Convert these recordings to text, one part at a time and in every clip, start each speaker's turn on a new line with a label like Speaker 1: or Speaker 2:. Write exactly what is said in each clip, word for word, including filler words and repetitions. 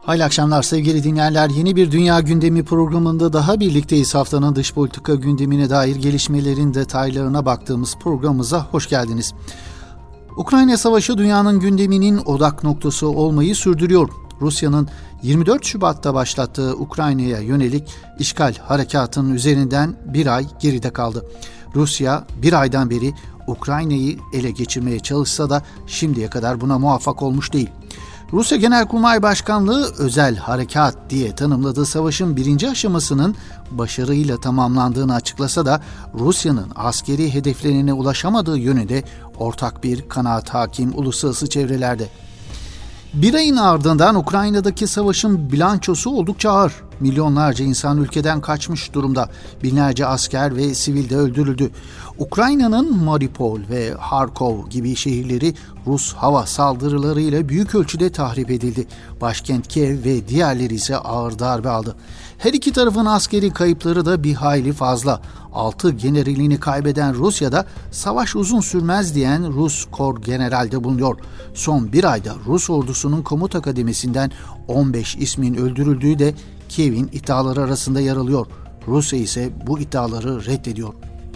Speaker 1: Hayırlı akşamlar sevgili dinleyenler. Yeni bir Dünya Gündemi programında daha birlikteyiz. Haftanın dış politika gündemine dair gelişmelerin detaylarına baktığımız programımıza hoş geldiniz. Ukrayna Savaşı dünyanın gündeminin odak noktası olmayı sürdürüyor. Rusya'nın yirmi dört Şubat'ta başlattığı Ukrayna'ya yönelik işgal harekatının üzerinden bir ay geride kaldı. Rusya bir aydan beri Ukrayna'yı ele geçirmeye çalışsa da şimdiye kadar buna muvaffak olmuş değil. Rusya Genelkurmay Başkanlığı özel harekat diye tanımladığı savaşın birinci aşamasının başarıyla tamamlandığını açıklasa da Rusya'nın askeri hedeflerine ulaşamadığı yönünde ortak bir kanaat hakim uluslararası çevrelerde. Bir ayın ardından Ukrayna'daki savaşın bilançosu oldukça ağır. Milyonlarca insan ülkeden kaçmış durumda. Binlerce asker ve sivil de öldürüldü. Ukrayna'nın Mariupol ve Harkov gibi şehirleri Rus hava saldırılarıyla büyük ölçüde tahrip edildi. Başkent Kiev ve diğerleri ise ağır darbe aldı. Her iki tarafın askeri kayıpları da bir hayli fazla. Altı generalini kaybeden Rusya'da savaş uzun sürmez diyen Rus Kor General'de bulunuyor. Son bir ayda Rus ordusunun komuta kademesinden on beş ismin öldürüldüğü de Kiev'in iddiaları arasında yer alıyor. Rusya ise bu iddiaları reddediyor.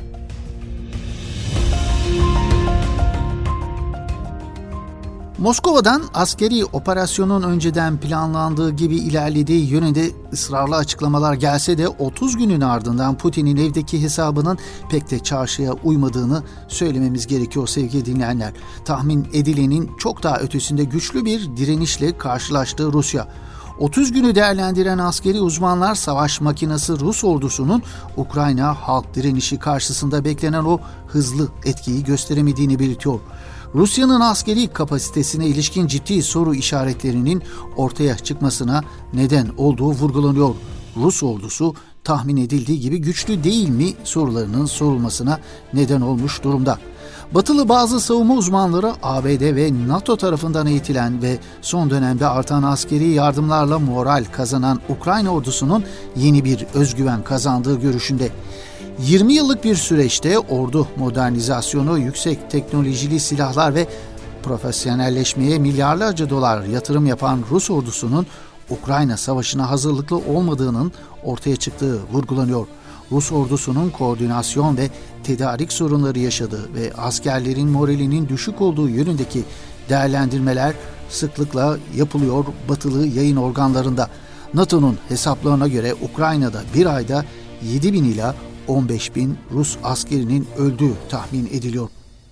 Speaker 1: Moskova'dan askeri operasyonun önceden planlandığı gibi ilerlediği yönünde ısrarlı açıklamalar gelse de otuz günün ardından Putin'in evdeki hesabının pek de çarşıya uymadığını söylememiz gerekiyor sevgili dinleyenler. Tahmin edilenin çok daha ötesinde güçlü bir direnişle karşılaştığı Rusya. otuz günü değerlendiren askeri uzmanlar savaş makinesi Rus ordusunun Ukrayna halk direnişi karşısında beklenen o hızlı etkiyi gösteremediğini belirtiyor. Rusya'nın askeri kapasitesine ilişkin ciddi soru işaretlerinin ortaya çıkmasına neden olduğu vurgulanıyor. Rus ordusu tahmin edildiği gibi güçlü değil mi sorularının sorulmasına neden olmuş durumda. Batılı bazı savunma uzmanları A B D ve NATO tarafından eğitilen ve son dönemde artan askeri yardımlarla moral kazanan Ukrayna ordusunun yeni bir özgüven kazandığı görüşünde. yirmi yıllık bir süreçte ordu modernizasyonu, yüksek teknolojili silahlar ve profesyonelleşmeye milyarlarca dolar yatırım yapan Rus ordusunun Ukrayna Savaşı'na hazırlıklı olmadığının ortaya çıktığı vurgulanıyor. Rus ordusunun koordinasyon ve tedarik sorunları yaşadığı ve askerlerin moralinin düşük olduğu yönündeki değerlendirmeler sıklıkla yapılıyor batılı yayın organlarında. NATO'nun hesaplarına göre Ukrayna'da bir ayda yedi bin ila on beş bin Rus askerinin öldüğü tahmin ediliyor.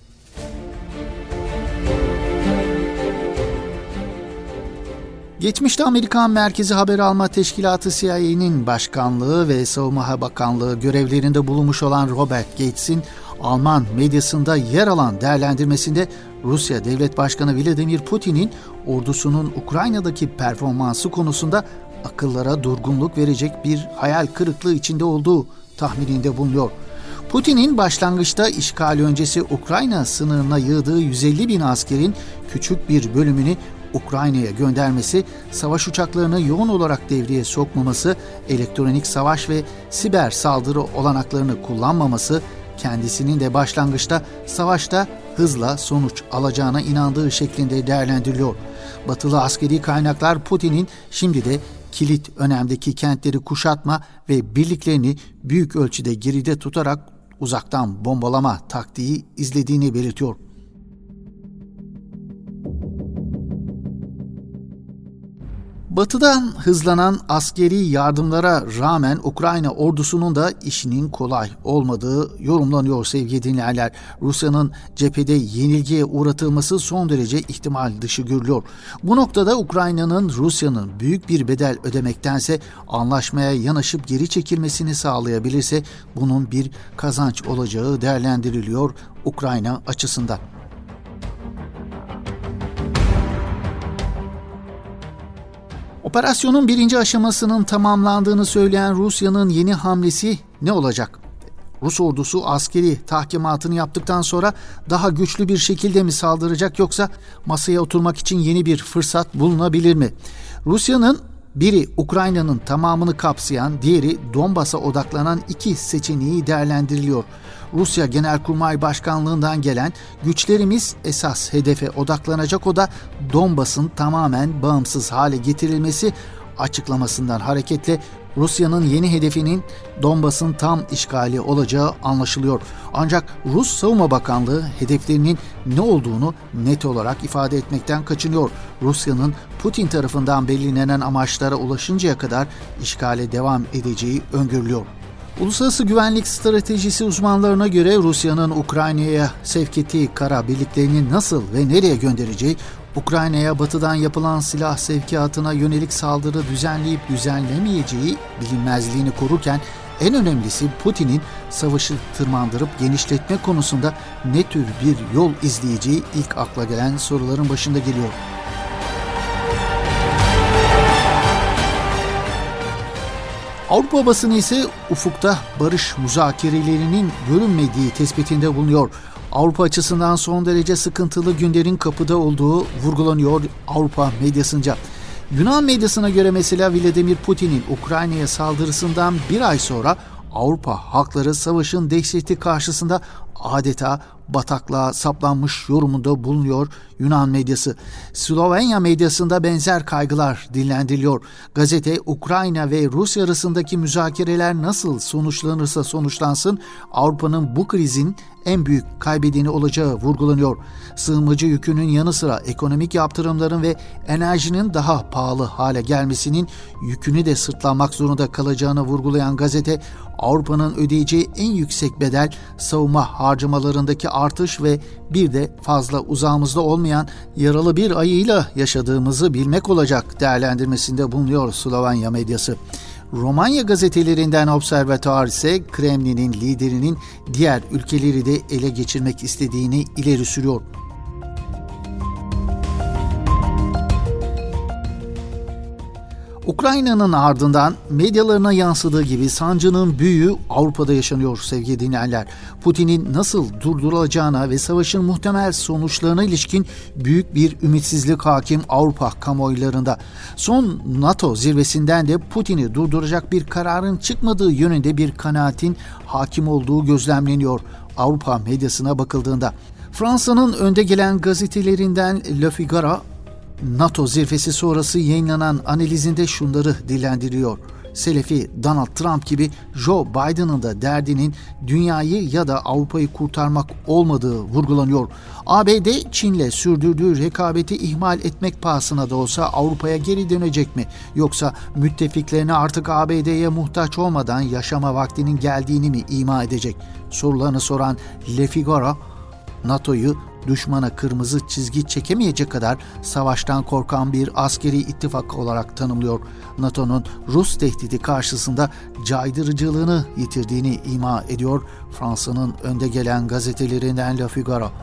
Speaker 1: Geçmişte Amerikan Merkezi Haber Alma Teşkilatı C I A'nin başkanlığı ve Savunma Bakanlığı görevlerinde bulunmuş olan Robert Gates'in Alman medyasında yer alan değerlendirmesinde Rusya Devlet Başkanı Vladimir Putin'in ordusunun Ukrayna'daki performansı konusunda akıllara durgunluk verecek bir hayal kırıklığı içinde olduğu tahmininde bulunuyor. Putin'in başlangıçta işgal öncesi Ukrayna sınırına yığdığı yüz elli bin askerin küçük bir bölümünü Ukrayna'ya göndermesi, savaş uçaklarını yoğun olarak devreye sokmaması, elektronik savaş ve siber saldırı olanaklarını kullanmaması, kendisinin de başlangıçta savaşta hızla sonuç alacağına inandığı şeklinde değerlendiriliyor. Batılı askeri kaynaklar Putin'in şimdi de kilit önemdeki kentleri kuşatma ve birliklerini büyük ölçüde geride tutarak uzaktan bombalama taktiği izlediğini belirtiyor. Batı'dan hızlanan askeri yardımlara rağmen Ukrayna ordusunun da işinin kolay olmadığı yorumlanıyor sevgili dinleyenler. Rusya'nın cephede yenilgiye uğratılması son derece ihtimal dışı görülüyor. Bu noktada Ukrayna'nın Rusya'nın büyük bir bedel ödemektense anlaşmaya yanaşıp geri çekilmesini sağlayabilirse bunun bir kazanç olacağı değerlendiriliyor Ukrayna açısından. Operasyonun birinci aşamasının tamamlandığını söyleyen Rusya'nın yeni hamlesi ne olacak? Rus ordusu askeri tahkimatını yaptıktan sonra daha güçlü bir şekilde mi saldıracak yoksa masaya oturmak için yeni bir fırsat bulunabilir mi? Rusya'nın Biri Ukrayna'nın tamamını kapsayan, diğeri Donbas'a odaklanan iki seçeneği değerlendiriliyor. Rusya Genelkurmay Başkanlığı'ndan gelen güçlerimiz esas hedefe odaklanacak, o da Donbas'ın tamamen bağımsız hale getirilmesi açıklamasından hareketle Rusya'nın yeni hedefinin Donbas'ın tam işgali olacağı anlaşılıyor. Ancak Rus Savunma Bakanlığı hedeflerinin ne olduğunu net olarak ifade etmekten kaçınıyor. Rusya'nın Putin tarafından belirlenen amaçlara ulaşıncaya kadar işgale devam edeceği öngörülüyor. Uluslararası güvenlik stratejisi uzmanlarına göre Rusya'nın Ukrayna'ya sevk ettiği kara birliklerini nasıl ve nereye göndereceği, Ukrayna'ya batıdan yapılan silah sevkiyatına yönelik saldırı düzenleyip düzenlemeyeceği bilinmezliğini korurken, en önemlisi Putin'in savaşı tırmandırıp genişletme konusunda ne tür bir yol izleyeceği ilk akla gelen soruların başında geliyor. Avrupa basını ise ufukta barış müzakerelerinin görünmediği tespitinde bulunuyor. Avrupa açısından son derece sıkıntılı günlerin kapıda olduğu vurgulanıyor Avrupa medyasınca. Yunan medyasına göre mesela Vladimir Putin'in Ukrayna'ya saldırısından bir ay sonra Avrupa halkları savaşın dehşeti karşısında adeta bataklığa saplanmış yorumunda bulunuyor Yunan medyası. Slovenya medyasında benzer kaygılar dillendiriliyor. Gazete, Ukrayna ve Rusya arasındaki müzakereler nasıl sonuçlanırsa sonuçlansın Avrupa'nın bu krizin en büyük kaybedeni olacağı vurgulanıyor. Sığınmacı yükünün yanı sıra ekonomik yaptırımların ve enerjinin daha pahalı hale gelmesinin yükünü de sırtlanmak zorunda kalacağını vurgulayan gazete, Avrupa'nın ödeyeceği en yüksek bedel savunma harcamalarındaki artış ve bir de fazla uzağımızda olmayan yaralı bir ayıyla yaşadığımızı bilmek olacak değerlendirmesinde bulunuyor Slovenya medyası. Romanya gazetelerinden Observator ise Kremlin'in liderinin diğer ülkeleri de ele geçirmek istediğini ileri sürüyor. Ukrayna'nın ardından medyalarına yansıdığı gibi sancının büyüğü Avrupa'da yaşanıyor sevgili dinleyenler. Putin'in nasıl durdurulacağına ve savaşın muhtemel sonuçlarına ilişkin büyük bir ümitsizlik hakim Avrupa kamuoylarında. Son NATO zirvesinden de Putin'i durduracak bir kararın çıkmadığı yönünde bir kanaatin hakim olduğu gözlemleniyor Avrupa medyasına bakıldığında. Fransa'nın önde gelen gazetelerinden Le Figaro, NATO zirvesi sonrası yayınlanan analizinde şunları dillendiriyor. Selefi Donald Trump gibi Joe Biden'ın da derdinin dünyayı ya da Avrupa'yı kurtarmak olmadığı vurgulanıyor. A B D, Çin'le sürdürdüğü rekabeti ihmal etmek pahasına da olsa Avrupa'ya geri dönecek mi? Yoksa müttefiklerine artık A B D'ye muhtaç olmadan yaşama vaktinin geldiğini mi ima edecek? Sorularını soran Le Figaro, NATO'yu düşmana kırmızı çizgi çekemeyecek kadar savaştan korkan bir askeri ittifak olarak tanımlıyor. NATO'nun Rus tehdidi karşısında caydırıcılığını yitirdiğini ima ediyor Fransa'nın önde gelen gazetelerinden Le Figaro.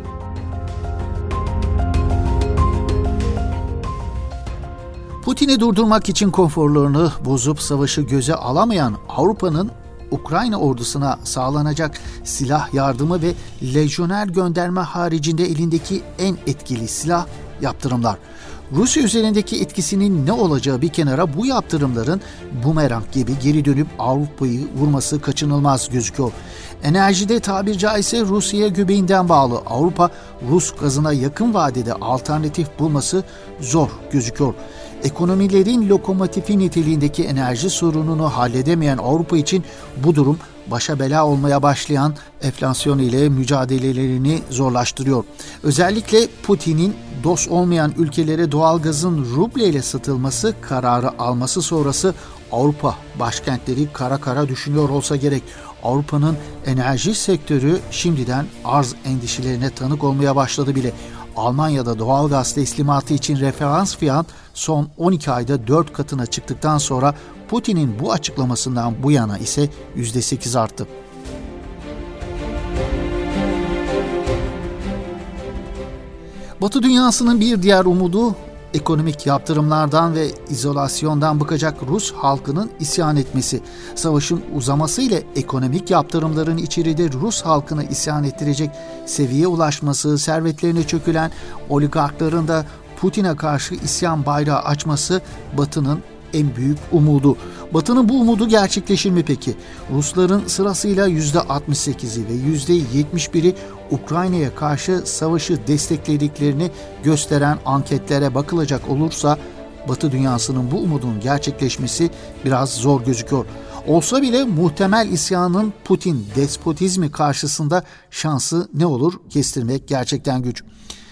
Speaker 1: Putin'i durdurmak için konforlarını bozup savaşı göze alamayan Avrupa'nın Ukrayna ordusuna sağlanacak silah yardımı ve lejyoner gönderme haricinde elindeki en etkili silah yaptırımlar. Rusya üzerindeki etkisinin ne olacağı bir kenara, bu yaptırımların bumerang gibi geri dönüp Avrupa'yı vurması kaçınılmaz gözüküyor. Enerjide tabir caizse Rusya'ya göbeğinden bağlı Avrupa, Rus gazına yakın vadede alternatif bulması zor gözüküyor. Ekonomilerin lokomotifi niteliğindeki enerji sorununu halledemeyen Avrupa için bu durum başa bela olmaya başlayan enflasyon ile mücadelelerini zorlaştırıyor. Özellikle Putin'in dost olmayan ülkelere doğalgazın rubleyle satılması kararı alması sonrası Avrupa başkentleri kara kara düşünüyor olsa gerek. Avrupa'nın enerji sektörü şimdiden arz endişelerine tanık olmaya başladı bile. Almanya'da doğalgaz teslimatı için referans fiyat son on iki ayda dört katına çıktıktan sonra Putin'in bu açıklamasından bu yana ise yüzde sekiz arttı. Batı dünyasının bir diğer umudu ekonomik yaptırımlardan ve izolasyondan bıkacak Rus halkının isyan etmesi. Savaşın uzamasıyla ekonomik yaptırımların içeride Rus halkını isyan ettirecek seviyeye ulaşması, servetlerine çökülen oligarkların da Putin'e karşı isyan bayrağı açması Batı'nın en büyük umudu. Batı'nın bu umudu gerçekleşir mi peki? Rusların sırasıyla yüzde altmış sekizi ve yüzde yetmiş biri Ukrayna'ya karşı savaşı desteklediklerini gösteren anketlere bakılacak olursa Batı dünyasının bu umudun gerçekleşmesi biraz zor gözüküyor. Olsa bile muhtemel isyanın Putin despotizmi karşısında şansı ne olur kestirmek gerçekten güç.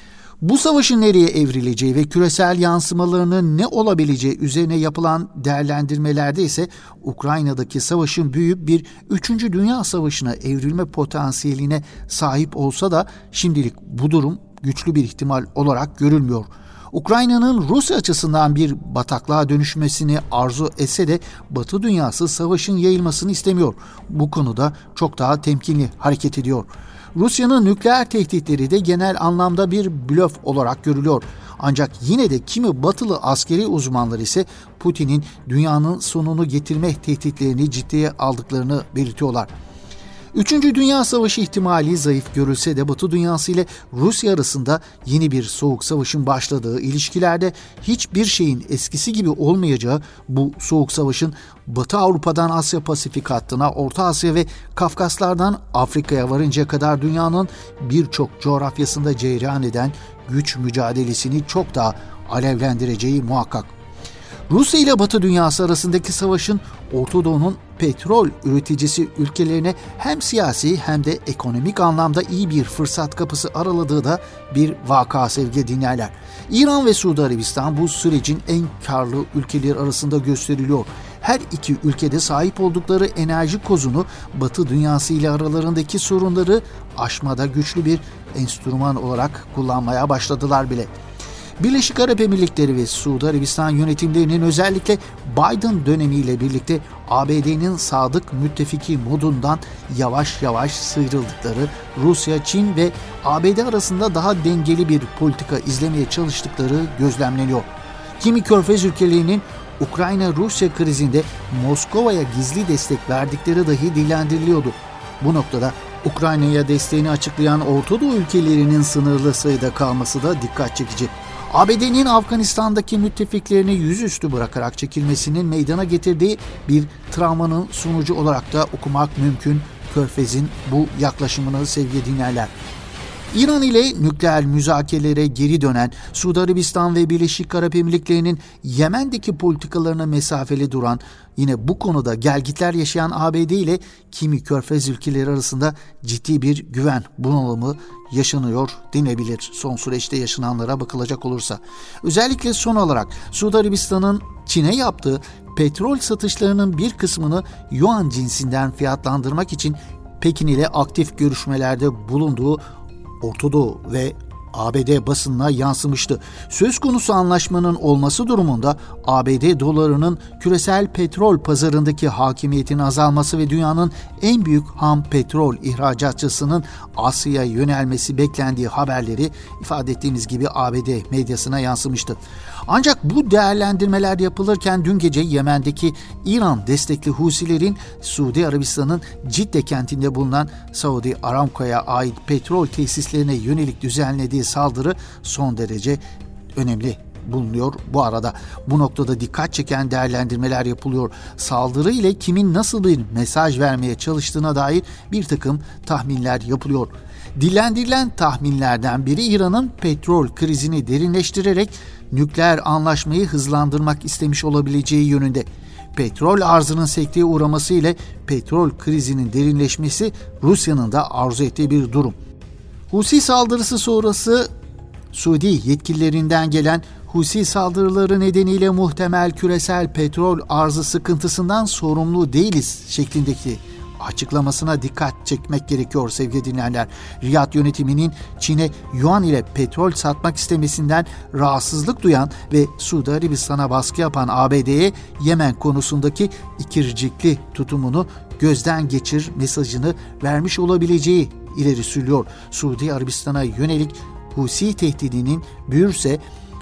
Speaker 1: Bu savaşın nereye evrileceği ve küresel yansımalarının ne olabileceği üzerine yapılan değerlendirmelerde ise Ukrayna'daki savaşın büyüyüp bir üçüncü Dünya Savaşı'na evrilme potansiyeline sahip olsa da şimdilik bu durum güçlü bir ihtimal olarak görülmüyor. Ukrayna'nın Rusya açısından bir bataklığa dönüşmesini arzu etse de Batı dünyası savaşın yayılmasını istemiyor. Bu konuda çok daha temkinli hareket ediyor. Rusya'nın nükleer tehditleri de genel anlamda bir blöf olarak görülüyor. Ancak yine de kimi batılı askeri uzmanlar ise Putin'in dünyanın sonunu getirme tehditlerini ciddiye aldıklarını belirtiyorlar. Üçüncü Dünya Savaşı ihtimali zayıf görülse de Batı dünyası ile Rusya arasında yeni bir soğuk savaşın başladığı, ilişkilerde hiçbir şeyin eskisi gibi olmayacağı bu soğuk savaşın Batı Avrupa'dan Asya Pasifik hattına, Orta Asya ve Kafkaslardan Afrika'ya varıncaya kadar dünyanın birçok coğrafyasında cereyan eden güç mücadelesini çok daha alevlendireceği muhakkak. Rusya ile Batı dünyası arasındaki savaşın Orta Doğu'nun petrol üreticisi ülkelerine hem siyasi hem de ekonomik anlamda iyi bir fırsat kapısı araladığı da bir vaka sevgili dinleyenler. İran ve Suudi Arabistan bu sürecin en karlı ülkeleri arasında gösteriliyor. Her iki ülkede sahip oldukları enerji kozunu Batı dünyası ile aralarındaki sorunları aşmada güçlü bir enstrüman olarak kullanmaya başladılar bile. Birleşik Arap Emirlikleri ve Suudi Arabistan yönetimlerinin özellikle Biden dönemiyle birlikte A B D'nin sadık müttefiki modundan yavaş yavaş sıyrıldıkları, Rusya, Çin ve A B D arasında daha dengeli bir politika izlemeye çalıştıkları gözlemleniyor. Kimi Körfez ülkelerinin Ukrayna-Rusya krizinde Moskova'ya gizli destek verdikleri dahi dillendiriliyordu. Bu noktada Ukrayna'ya desteğini açıklayan Orta Doğu ülkelerinin sınırlı sayıda kalması da dikkat çekici. A B D'nin Afganistan'daki müttefiklerini yüzüstü bırakarak çekilmesinin meydana getirdiği bir travmanın sonucu olarak da okumak mümkün Körfez'in bu yaklaşımını sevgili dinleyenler. İran ile nükleer müzakerelere geri dönen Suudi Arabistan ve Birleşik Arap Emirlikleri'nin Yemen'deki politikalarına mesafeli duran, yine bu konuda gelgitler yaşayan A B D ile kimi Körfez ülkeleri arasında ciddi bir güven bunalımı yaşanıyor denilebilir son süreçte yaşananlara bakılacak olursa. Özellikle son olarak Suudi Arabistan'ın Çin'e yaptığı petrol satışlarının bir kısmını yuan cinsinden fiyatlandırmak için Pekin ile aktif görüşmelerde bulunduğu Orta Doğu ve A B D basınına yansımıştı. Söz konusu anlaşmanın olması durumunda A B D dolarının küresel petrol pazarındaki hakimiyetinin azalması ve dünyanın en büyük ham petrol ihracatçısının Asya'ya yönelmesi beklendiği haberleri ifade ettiğimiz gibi A B D medyasına yansımıştı. Ancak bu değerlendirmeler yapılırken dün gece Yemen'deki İran destekli Husilerin Suudi Arabistan'ın Cidde kentinde bulunan Saudi Aramco'ya ait petrol tesislerine yönelik düzenlediği saldırı son derece önemli bulunuyor. Bu arada bu noktada dikkat çeken değerlendirmeler yapılıyor. Saldırı ile kimin nasıl bir mesaj vermeye çalıştığına dair bir takım tahminler yapılıyor. Dillendirilen tahminlerden biri İran'ın petrol krizini derinleştirerek nükleer anlaşmayı hızlandırmak istemiş olabileceği yönünde. Petrol arzının sekteye uğraması ile petrol krizinin derinleşmesi Rusya'nın da arzu ettiği bir durum. Husi saldırısı sonrası Suudi yetkililerinden gelen Husi saldırıları nedeniyle muhtemel küresel petrol arzı sıkıntısından sorumlu değiliz şeklindeki açıklamasına dikkat çekmek gerekiyor sevgili dinleyenler. Riyad yönetiminin Çin'e yuan ile petrol satmak istemesinden rahatsızlık duyan ve Suudi Arabistan'a baskı yapan A B D'ye Yemen konusundaki ikircikli tutumunu gözden geçir mesajını vermiş olabileceği ileri sürüyor. Suudi Arabistan'a yönelik Husi tehdidinin büyürse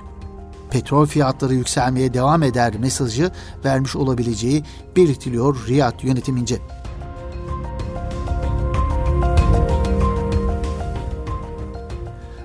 Speaker 1: petrol fiyatları yükselmeye devam eder mesajı vermiş olabileceği belirtiliyor Riyad yönetimince.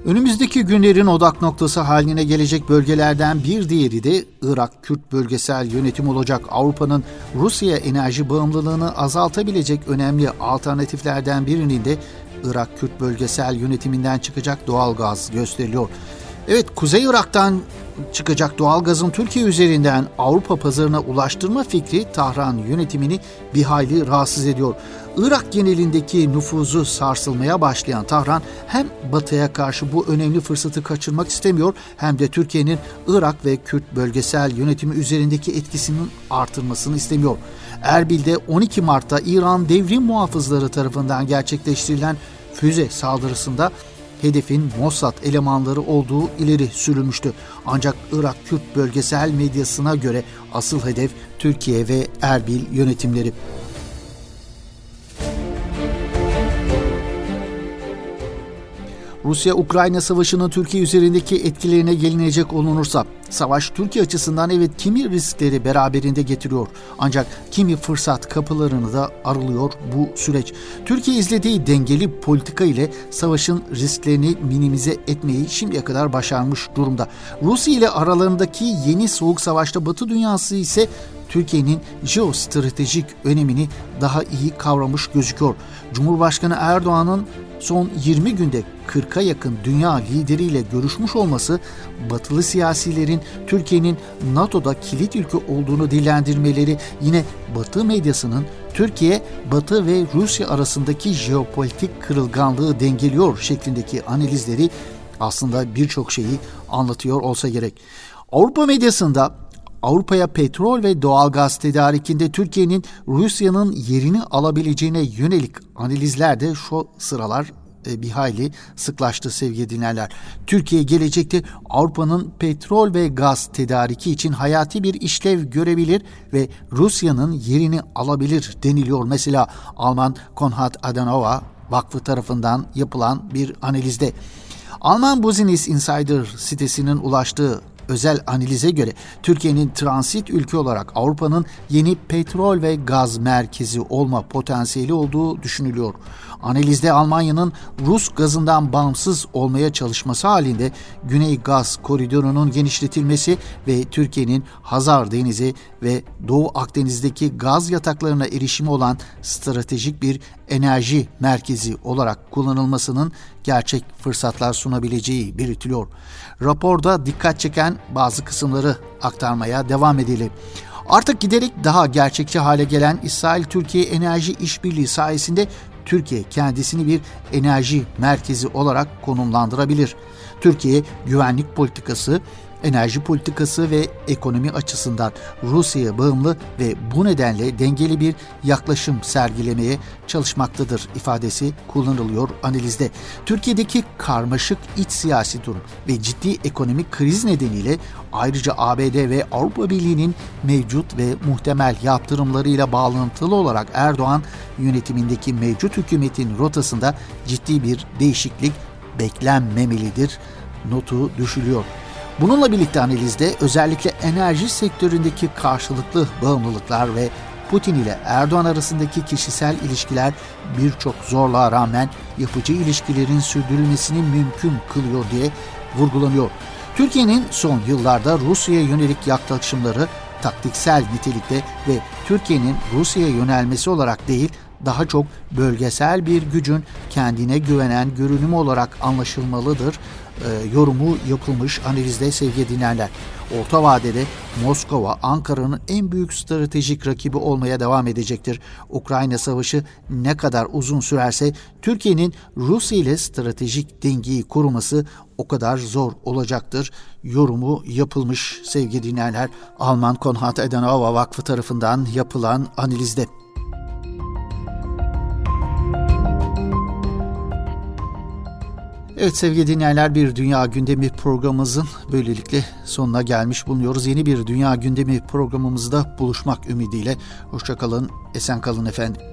Speaker 1: Önümüzdeki günlerin odak noktası haline gelecek bölgelerden bir diğeri de Irak Kürt bölgesel yönetim olacak. Avrupa'nın Rusya'ya enerji bağımlılığını azaltabilecek önemli alternatiflerden birinin de Irak Kürt bölgesel yönetiminden çıkacak doğalgaz gösteriliyor. Evet, Kuzey Irak'tan çıkacak doğalgazın Türkiye üzerinden Avrupa pazarına ulaştırma fikri Tahran yönetimini bir hayli rahatsız ediyor. Irak genelindeki nüfuzu sarsılmaya başlayan Tahran hem Batı'ya karşı bu önemli fırsatı kaçırmak istemiyor hem de Türkiye'nin Irak ve Kürt bölgesel yönetimi üzerindeki etkisinin artırmasını istemiyor. Erbil'de on iki Mart'ta İran devrim muhafızları tarafından gerçekleştirilen füze saldırısında hedefin Mossad elemanları olduğu ileri sürülmüştü. Ancak Irak Kürt bölgesel medyasına göre asıl hedef Türkiye ve Erbil yönetimleri. Rusya-Ukrayna savaşının Türkiye üzerindeki etkilerine gelinecek olunursa, savaş Türkiye açısından evet kimi riskleri beraberinde getiriyor. Ancak kimi fırsat kapılarını da aralıyor bu süreç. Türkiye izlediği dengeli politika ile savaşın risklerini minimize etmeyi şimdiye kadar başarmış durumda. Rusya ile aralarındaki yeni soğuk savaşta Batı dünyası ise Türkiye'nin jeostratejik önemini daha iyi kavramış gözüküyor. Cumhurbaşkanı Erdoğan'ın son yirmi günde kırka yakın dünya lideriyle görüşmüş olması, batılı siyasilerin Türkiye'nin NATO'da kilit ülke olduğunu dillendirmeleri, yine Batı medyasının Türkiye, Batı ve Rusya arasındaki jeopolitik kırılganlığı dengeliyor şeklindeki analizleri aslında birçok şeyi anlatıyor olsa gerek. Avrupa medyasında Avrupa'ya petrol ve doğalgaz tedarikinde Türkiye'nin Rusya'nın yerini alabileceğine yönelik analizler de şu sıralar bir hayli sıklaştı sevgili dinleyenler. Türkiye gelecekte Avrupa'nın petrol ve gaz tedariki için hayati bir işlev görebilir ve Rusya'nın yerini alabilir deniliyor. Mesela Alman Konrad Adenauer Vakfı tarafından yapılan bir analizde. Alman Business Insider sitesinin ulaştığı özel analize göre Türkiye'nin transit ülke olarak Avrupa'nın yeni petrol ve gaz merkezi olma potansiyeli olduğu düşünülüyor. Analizde Almanya'nın Rus gazından bağımsız olmaya çalışması halinde Güney Gaz Koridoru'nun genişletilmesi ve Türkiye'nin Hazar Denizi ve Doğu Akdeniz'deki gaz yataklarına erişimi olan stratejik bir enerji merkezi olarak kullanılmasının gerçek fırsatlar sunabileceği belirtiliyor. Raporda dikkat çeken bazı kısımları aktarmaya devam edelim. Artık giderek daha gerçekçi hale gelen İsrail-Türkiye enerji işbirliği sayesinde Türkiye kendisini bir enerji merkezi olarak konumlandırabilir. Türkiye güvenlik politikası, enerji politikası ve ekonomi açısından Rusya'ya bağımlı ve bu nedenle dengeli bir yaklaşım sergilemeye çalışmaktadır ifadesi kullanılıyor analizde. Türkiye'deki karmaşık iç siyasi durum ve ciddi ekonomik kriz nedeniyle ayrıca A B D ve Avrupa Birliği'nin mevcut ve muhtemel yaptırımlarıyla bağlantılı olarak Erdoğan yönetimindeki mevcut hükümetin rotasında ciddi bir değişiklik beklenmemelidir notu düşülüyor. Bununla birlikte analizde özellikle enerji sektöründeki karşılıklı bağımlılıklar ve Putin ile Erdoğan arasındaki kişisel ilişkiler birçok zorluğa rağmen yapıcı ilişkilerin sürdürülmesini mümkün kılıyor diye vurgulanıyor. Türkiye'nin son yıllarda Rusya'ya yönelik yaklaşımları taktiksel nitelikte ve Türkiye'nin Rusya'ya yönelmesi olarak değil, daha çok bölgesel bir gücün kendine güvenen görünümü olarak anlaşılmalıdır e, yorumu yapılmış analizde sevgili dinleyenler. Orta vadede Moskova, Ankara'nın en büyük stratejik rakibi olmaya devam edecektir. Ukrayna Savaşı ne kadar uzun sürerse Türkiye'nin Rusya ile stratejik dengeyi koruması o kadar zor olacaktır yorumu yapılmış sevgili dinleyenler. Alman Konrad Adenauer Vakfı tarafından yapılan analizde. Evet sevgili dinleyenler, bir Dünya Gündemi programımızın böylelikle sonuna gelmiş bulunuyoruz. Yeni bir Dünya Gündemi programımızda buluşmak ümidiyle. Hoşça kalın, esen kalın efendim.